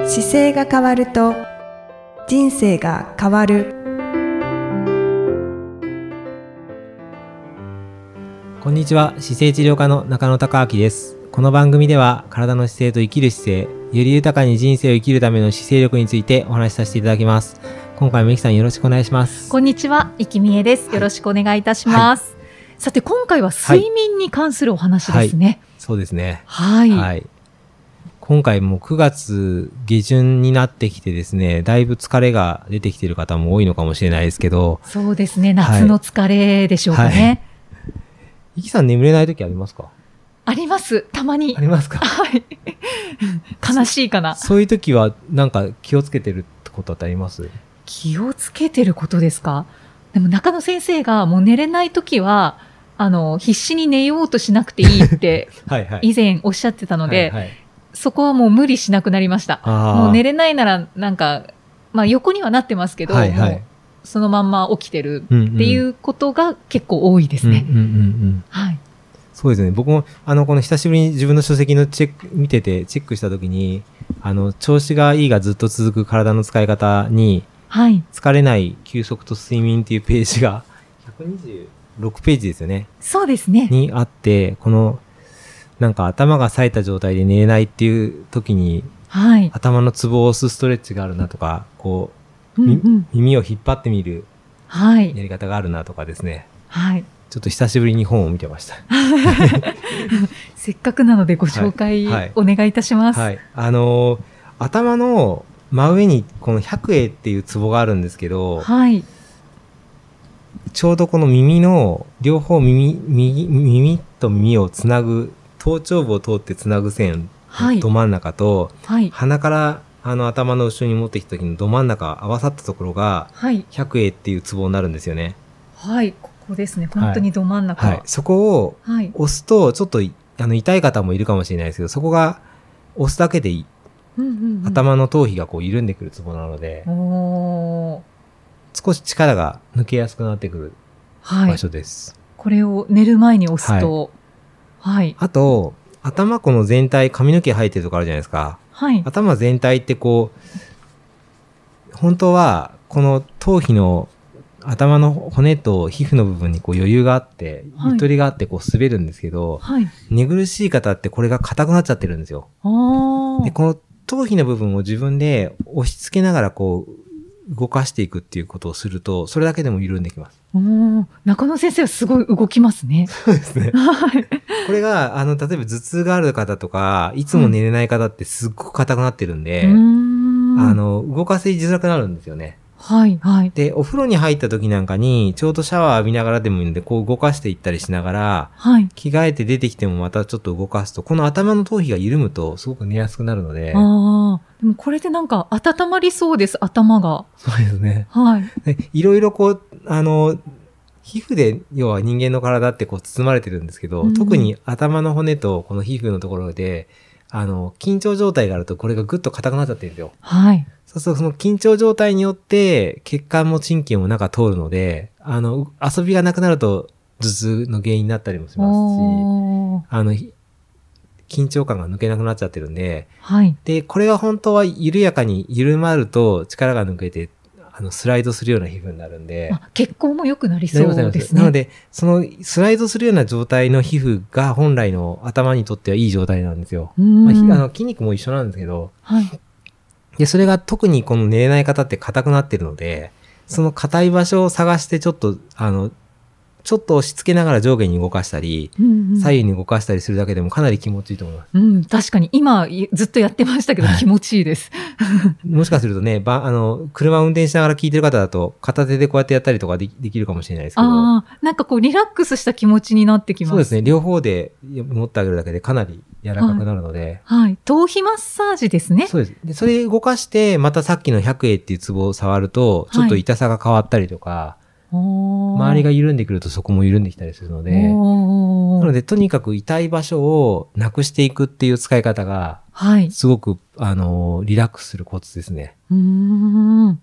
姿勢が変わると人生が変わる。 こんにちは、姿勢治療科の中野孝明です。この番組では体の姿勢と生きる姿勢、より豊かに人生を生きるための姿勢力についてお話しさせていただきます。今回もゆきさんよろしくお願いします。 こんにちは、いきみえです。よろしくお願いいたします。はい、さて今回は睡眠に関するお話ですね。 はい、そうですね。 はい。 はい。今回も9月下旬になってきてですね、だいぶ疲れが出てきている方も多いのかもしれないですけど。 そうですね、夏の疲れでしょうかね。 いきさん眠れない時ありますか？ あります。たまに。 ありますか？ はい。悲しいかな。 そういう時はなんか気をつけてることってあります？ 気をつけてることですか？でも中野先生がもう寝れない時は必死に寝ようとしなくていいって以前おっしゃってたので、そこはもう無理しなくなりました。もう寝れないならなんか、まあ、横にはなってますけど、もうそのまんま起きてるっていうことが結構多いですね。はい。 そうですね。僕もこの久しぶりに自分の書籍の見ててチェックしたときに調子がいいがずっと続く体の使い方に、 はい、 疲れない休息と睡眠っていうページが126ページですよね。 そうですね。 にあって、このなんか頭が冴えた状態で寝れないっていう時に、 はい、 頭のツボを押すストレッチがあるなとか、こう、耳を引っ張ってみるやり方があるなとかですね。 はい。 ちょっと久しぶりに本を見てました。 せっかくなのでご紹介お願いいたします。 はい。頭の真上にこの百会っていうツボがあるんですけど、 はい、 ちょうどこの耳の両方耳と耳をつなぐ頭頂部を通ってつなぐ線、ど真ん中と、鼻から頭の後ろに持ってきた時のど真ん中合わさったところが、百会っていうツボになるんですよね。 はい、ここですね。本当にど真ん中。 そこを押すとちょっと痛い方もいるかもしれないですけど、そこが押すだけでいい。頭の頭皮がこう緩んでくるツボなので、少し力が抜けやすくなってくる場所です。 これを寝る前に押すと、 あと頭この全体髪の毛生えてるとこあるじゃないですか。頭全体ってこう本当はこの頭皮の頭の骨と皮膚の部分にこう余裕があってゆとりがあってこう滑るんですけど、寝苦しい方ってこれが硬くなっちゃってるんですよ。でこの頭皮の部分を自分で押し付けながらこう動かしていくっていうことをすると、それだけでも緩んできます。 中野先生はすごい動きますね。 そうですね。これが例えば頭痛がある方とかいつも寝れない方ってすっごく硬くなってるんで、動かせづらくなるんですよね。でお風呂に入った時なんかにちょうどシャワー浴びながらでもいいのでこう動かしていったりしながら、着替えて出てきてもまたちょっと動かすとこの頭の頭皮が緩むとすごく寝やすくなるので。 でもこれでなんか温まりそうです、頭が。 そうですね。いろいろこう皮膚で要は人間の体ってこう包まれてるんですけど、特に頭の骨とこの皮膚のところで緊張状態があるとこれがぐっと硬くなっちゃってるんですよ。そうするとその緊張状態によって血管も神経も中通るので、遊びがなくなると頭痛の原因になったりもしますし、緊張感が抜けなくなっちゃってるんで、で、これが本当は緩やかに緩まると力が抜けて、スライドするような皮膚になるんで。 血行も良くなりそうですね。 なので、そのスライドするような状態の皮膚が本来の頭にとってはいい状態なんですよ。筋肉も一緒なんですけど、で、それが特にこの寝れない方って硬くなってるので、その硬い場所を探してちょっと押し付けながら上下に動かしたり、左右に動かしたりするだけでもかなり気持ちいいと思います。 確かに今ずっとやってましたけど気持ちいいです。 もしかするとね、車を運転しながら聞いてる方だと片手でこうやってやったりとかできるかもしれないですけど。 なんかこうリラックスした気持ちになってきます。 そうですね。両方で持ってあげるだけでかなり柔らかくなるので。 頭皮マッサージですね。 そうです。で、それ動かしてまたさっきの百会っていうツボを触るとちょっと痛さが変わったりとか、周りが緩んでくるとそこも緩んできたりするので、なのでとにかく痛い場所をなくしていくっていう使い方が、すごくリラックスするコツですね。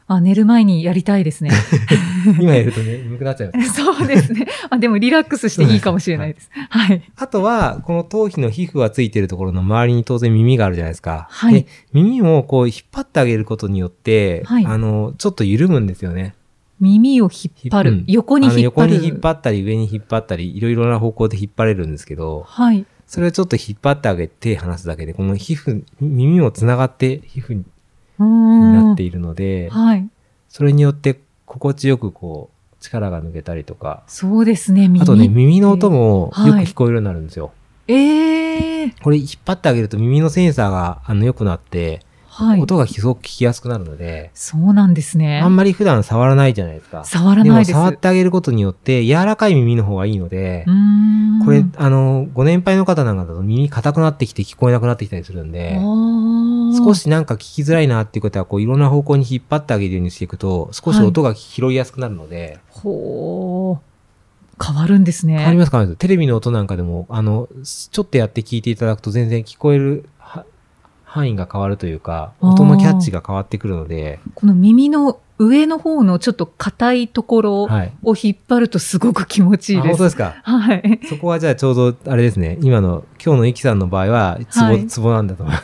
寝る前にやりたいですね。 今やるとね、眠くなっちゃいます。 そうですね。でもリラックスしていいかもしれないです。はい。 あとは、この頭皮の皮膚がついてるところの周りに当然耳があるじゃないですか。 はい。 で、耳もこう引っ張ってあげることによって、 はい、 ちょっと緩むんですよね。 耳を引っ張る。横に引っ張る。 横に引っ張ったり、上に引っ張ったり、いろいろな方向で引っ張れるんですけど、 はい。 それをちょっと引っ張ってあげて離すだけで、この皮膚、耳もつながって皮膚になっているので、 はい。 それによって心地よくこう力が抜けたりとか。 そうですね。 あとね、耳の音もよく聞こえるようになるんですよ。これ引っ張ってあげると耳のセンサーが良くなって、はい、音がすごく聞きやすくなるので。 そうなんですね。 あんまり普段触らないじゃないですか。 触らないです。 でも触ってあげることによって柔らかい耳の方がいいので、これご年配の方なんかだと耳硬くなってきて聞こえなくなってきたりするんで、少しなんか聞きづらいなっていう方はこういろんな方向に引っ張ってあげるようにしていくと、少し音が拾いやすくなるので。 ほー。変わるんですね。 変わります変わります。テレビの音なんかでも、ちょっとやって聞いていただくと全然聞こえる範囲が変わるというか、音のキャッチが変わってくるので。 この耳の上の方のちょっと硬いところを引っ張るとすごく気持ちいいです。 本当ですか。 はい。 そこはじゃあちょうどあれですね。今の今日のイキさんの場合はツボなんだと思い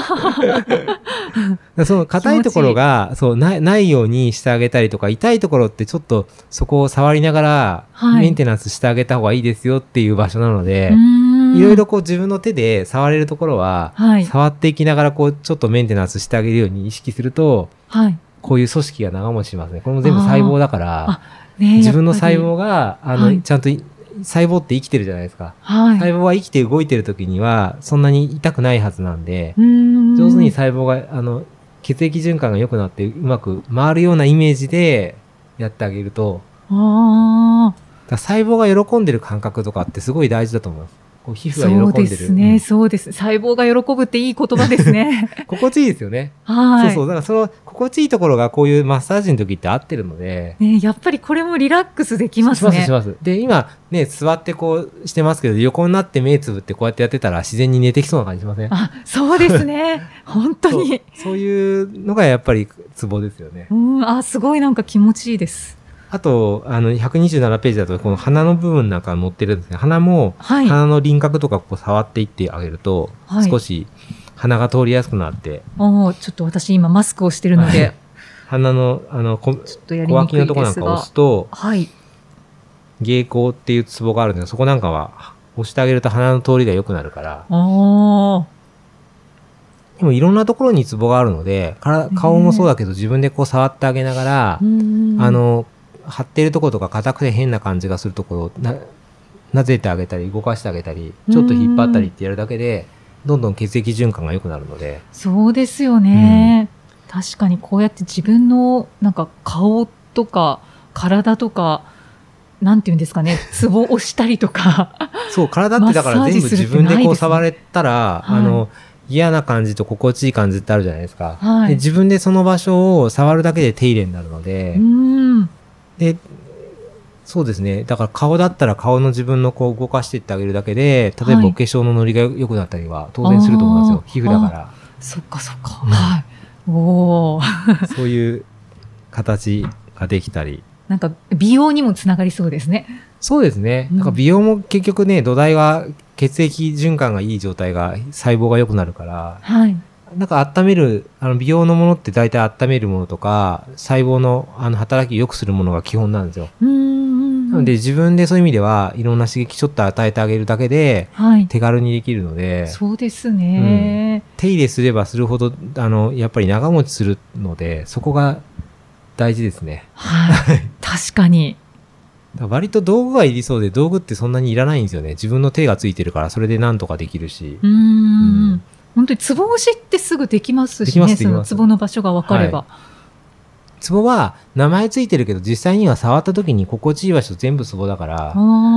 ます。その硬いところがそうないようにしてあげたりとか、痛いところってちょっとそこを触りながらメンテナンスしてあげた方がいいですよっていう場所なので。いろいろこう自分の手で触れるところは、触っていきながらこうちょっとメンテナンスしてあげるように意識すると、こういう組織が長持ちしますね。これも全部細胞だから、自分の細胞がちゃんと細胞って生きてるじゃないですか。細胞は生きて動いてる時にはそんなに痛くないはずなんで、上手に細胞が血液循環が良くなってうまく回るようなイメージでやってあげると、細胞が喜んでる感覚とかってすごい大事だと思います。こう皮膚が喜んでる。 そうですね、そうです。細胞が喜ぶっていい言葉ですね。 心地いいですよね。 はい。 そうそう。だからその心地いいところがこういうマッサージの時って合ってるので。 ね、やっぱりこれもリラックスできますね。 します。で、今ね、座ってこうしてますけど、横になって目つぶってこうやってやってたら自然に寝てきそうな感じしません？ そうですね。本当にそういうのがやっぱりツボですよね。 すごいなんか気持ちいいです。 あと、127ページだと、この鼻の部分なんか載ってるんですけど、鼻も、鼻の輪郭とかこう触っていってあげると、少し鼻が通りやすくなって。 ちょっと私今マスクをしてるので。 鼻の、小脇のところなんか押すと、芸香っていうツボがあるんですけど、そこなんかは押してあげると鼻の通りが良くなるから。でもいろんなところにツボがあるので、顔もそうだけど自分でこう触ってあげながら、張っているところとか硬くて変な感じがするところをなぜてあげたり動かしてあげたりちょっと引っ張ったりってやるだけでどんどん血液循環が良くなるので。 そうですよね、確かにこうやって自分のなんか顔とか体とかなんていうんですかね、ツボをしたりとかそう体ってだから全部自分でこう触れたら、嫌な感じと心地いい感じってあるじゃないですか、で自分でその場所を触るだけで手入れになるので、で、そうですね。だから顔だったら顔の自分のこう動かしていってあげるだけで、例えばお化粧のノリが良くなったりは当然すると思いますよ。皮膚だから。 そっかそっか。はい。おー。 そういう形ができたり。 なんか美容にもつながりそうですね。 そうですね。なんか美容も結局ね、土台が血液循環がいい状態が細胞が良くなるから。はい。なんか温める、美容のものって大体温めるものとか、細胞の働きを良くするものが基本なんですよ。なので自分でそういう意味ではいろんな刺激ちょっと与えてあげるだけで、手軽にできるので。 そうですね、 手入れすればするほど、やっぱり長持ちするので、そこが大事ですね。 はい。確かに。 割と道具がいりそうで、道具ってそんなにいらないんですよね。自分の手がついてるから、それで何とかできるし。 本当にツボ押しってすぐできますしね、そのツボの場所が分かれば。 ツボは名前ついてるけど、実際には触った時に心地いい場所全部ツボだから、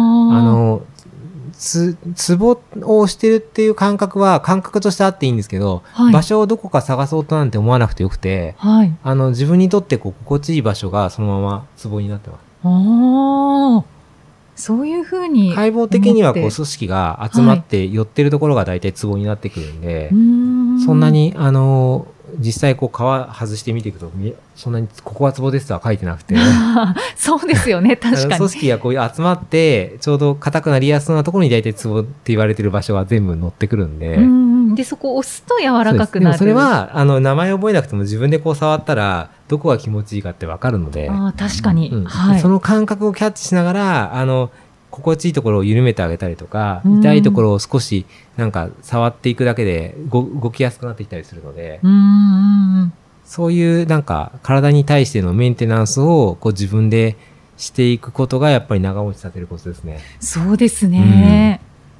ツボを押してるっていう感覚は感覚としてあっていいんですけど、場所をどこか探そうとなんて思わなくてよくて、自分にとってこう心地いい場所がそのままツボになってます。 そういうふうに解剖的にはこう組織が集まって寄ってるところが大体ツボになってくるんで、そんなに実際こう皮外してみていくと、そんなにここはツボですとは書いてなくて。 そうですよね、確かに。 組織がこう集まって、ちょうど硬くなりやすそうなところに大体ツボって言われてる場所が全部載ってくるんで。 で、そこを押すと柔らかくなる。 でもそれは、名前覚えなくても自分でこう触ったら、どこが気持ちいいかってわかるので。 確かに、はい。 その感覚をキャッチしながら、心地いいところを緩めてあげたりとか、痛いところを少しなんか触っていくだけで動きやすくなってきたりするので、そういうなんか体に対してのメンテナンスをこう自分でしていくことがやっぱり長持ちさせることですね。 そうですね。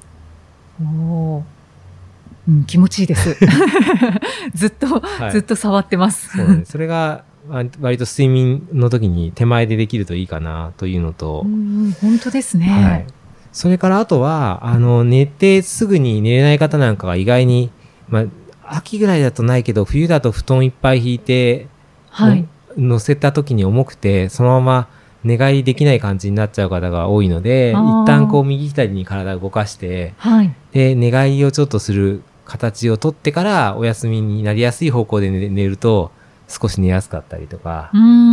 気持ちいいです。ずっと触ってます。 そうね、それが割と睡眠の時に手前でできるといいかなというのと。 本当ですね。 はい。それからあとは、寝てすぐに寝れない方なんかが意外に、秋ぐらいだとないけど、冬だと布団いっぱい引いて、乗せた時に重くて、そのまま寝返りできない感じになっちゃう方が多いので、一旦こう右左に体を動かして、で、寝返りをちょっとする形をとってからお休みになりやすい方向で寝ると、少し寝やすかったりとか。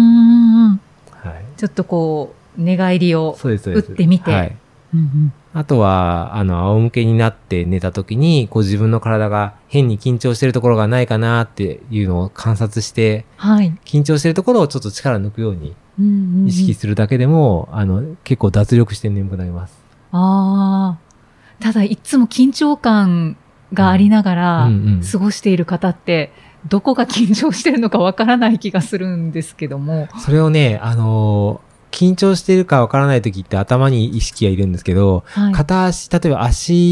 ちょっとこう、寝返りを打ってみて。 あとは、仰向けになって寝た時に、こう自分の体が変に緊張してるところがないかなっていうのを観察して、緊張してるところをちょっと力抜くように意識するだけでも、結構脱力して眠くなります。 ただ、いつも緊張感がありながら過ごしている方って、どこが緊張してるのかわからない気がするんですけども。 それをね、緊張しているかわからない時って頭に意識がいるんですけど、例えば片足が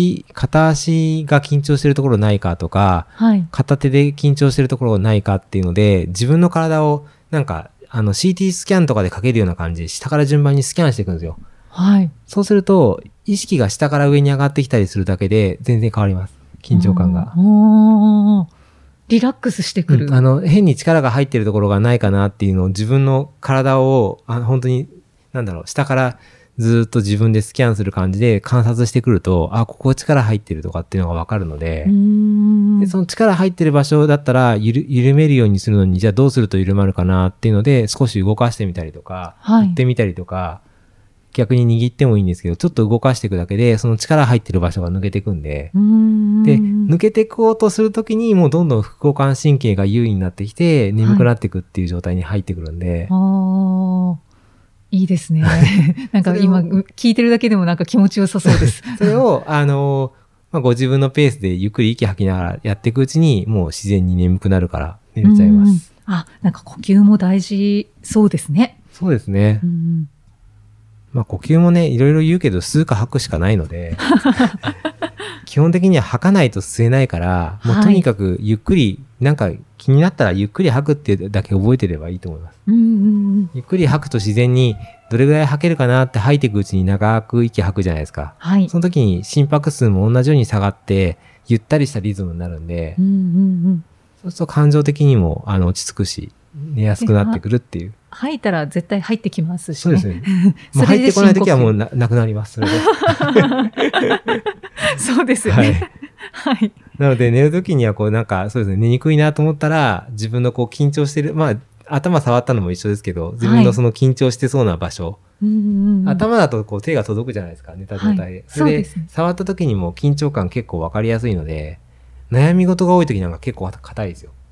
緊張しているところないかとか、片手で緊張しているところないかっていうので、自分の体をなんか、CT スキャンとかでかけるような感じで下から順番にスキャンしていくんですよ。そうすると、意識が下から上に上がってきたりするだけで全然変わります。緊張感が。 リラックスしてくる。 変に力が入ってるところがないかなっていうのを自分の体を、本当に、下からずっと自分でスキャンする感じで観察してくると、ここ力入ってるとかっていうのがわかるので、で、その力入ってる場所だったら、緩めるようにするのに、じゃあどうすると緩まるかなっていうので、少し動かしてみたりとか、振ってみたりとか、逆に握ってもいいんですけど、ちょっと動かしていくだけで、その力入ってる場所が抜けていくんで、で、抜けていこうとするときに、もうどんどん副交感神経が優位になってきて、眠くなっていくっていう状態に入ってくるんで。 いいですね。なんか今、聞いてるだけでもなんか気持ちよさそうです。 それを、ご自分のペースでゆっくり息吐きながらやっていくうちに、もう自然に眠くなるから寝れちゃいます。 なんか呼吸も大事そうですね。 そうですね。呼吸もね、いろいろ言うけど、吸うか吐くしかないので、基本的には吐かないと吸えないから、もうとにかくゆっくり、なんか気になったらゆっくり吐くってだけ覚えてればいいと思います。ゆっくり吐くと自然にどれぐらい吐けるかなって吐いていくうちに長く息吐くじゃないですか。その時に心拍数も同じように下がって、ゆったりしたリズムになるんで、そうすると感情的にも落ち着くし、寝やすくなってくるっていう。 吐いたら絶対入ってきますしね。 そうですね。もう入ってこないときはもうなくなります。それでそうですよね。 なので寝るときにはそうですね、寝にくいなと思ったら、自分の緊張してる、頭触ったのも一緒ですけど、自分のその緊張してそうな場所。頭だと手が届くじゃないですか、寝た状態で。それで触ったときにも緊張感結構わかりやすいので、悩み事が多いときなんか結構硬いですよ。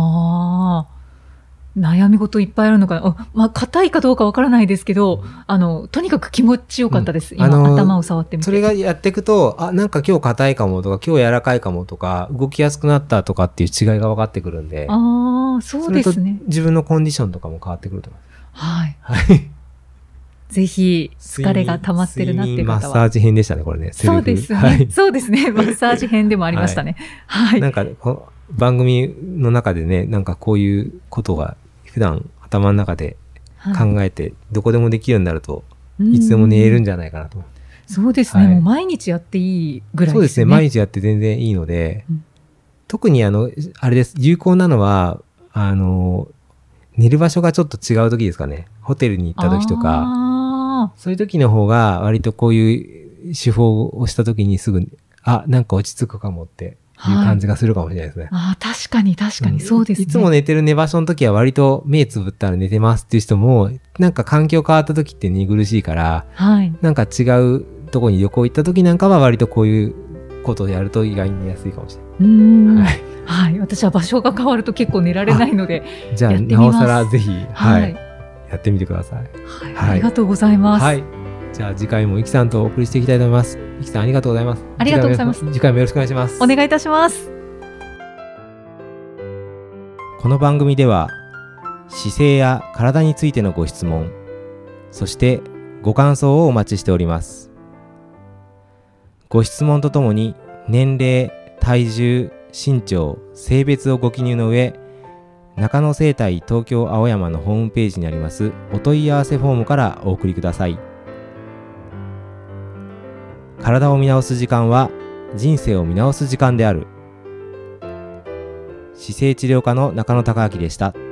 悩み事いっぱいあるのかな。硬いかどうかわからないですけど、とにかく気持ちよかったです。今、頭を触ってみて。 それがやっていくと、なんか今日硬いかもとか、今日柔らかいかもとか、動きやすくなったとかっていう違いが分かってくるんで。 そうですね。 自分のコンディションとかも変わってくると思います。 ぜひ、疲れが溜まってるなっていう方は。 マッサージ編でしたね、これね。 そうですね。そうですね。マッサージ編でもありましたね。 なんか、番組の中でね、なんかこういうことが普段頭の中で考えて、どこでもできるようになると、いつでも寝れるんじゃないかなと。 そうですね。もう毎日やっていいぐらいですね。 そうですね。毎日やって全然いいので、特にあれです。有効なのは、寝る場所がちょっと違う時ですかね。ホテルに行った時とか、そういう時の方が割とこういう手法をした時にすぐ、なんか落ち着くかもって感じがするかもしれないですね。 確かにそうですね。 いつも寝てる寝場所の時は割と目つぶったら寝てますっていう人も、なんか環境変わった時って寝苦しいから、なんか違うとこに旅行行った時なんかは割とこういうことをやると意外に寝やすいかもしれない。 私は場所が変わると結構寝られないので、 じゃあなおさらぜひ、やってみてください。 ありがとうございます。 じゃあ次回もイキさんとお送りしていきたいと思います。イキさんありがとうございます。 ありがとうございます。 次回もよろしくお願いします。 お願いいたします。 この番組では姿勢や体についてのご質問、そしてご感想をお待ちしております。ご質問とともに年齢、体重、身長、性別をご記入の上、中野生態東京青山のホームページにありますお問い合わせフォームからお送りください。体を見直す時間は人生を見直す時間である。姿勢治療科の中野孝明でした。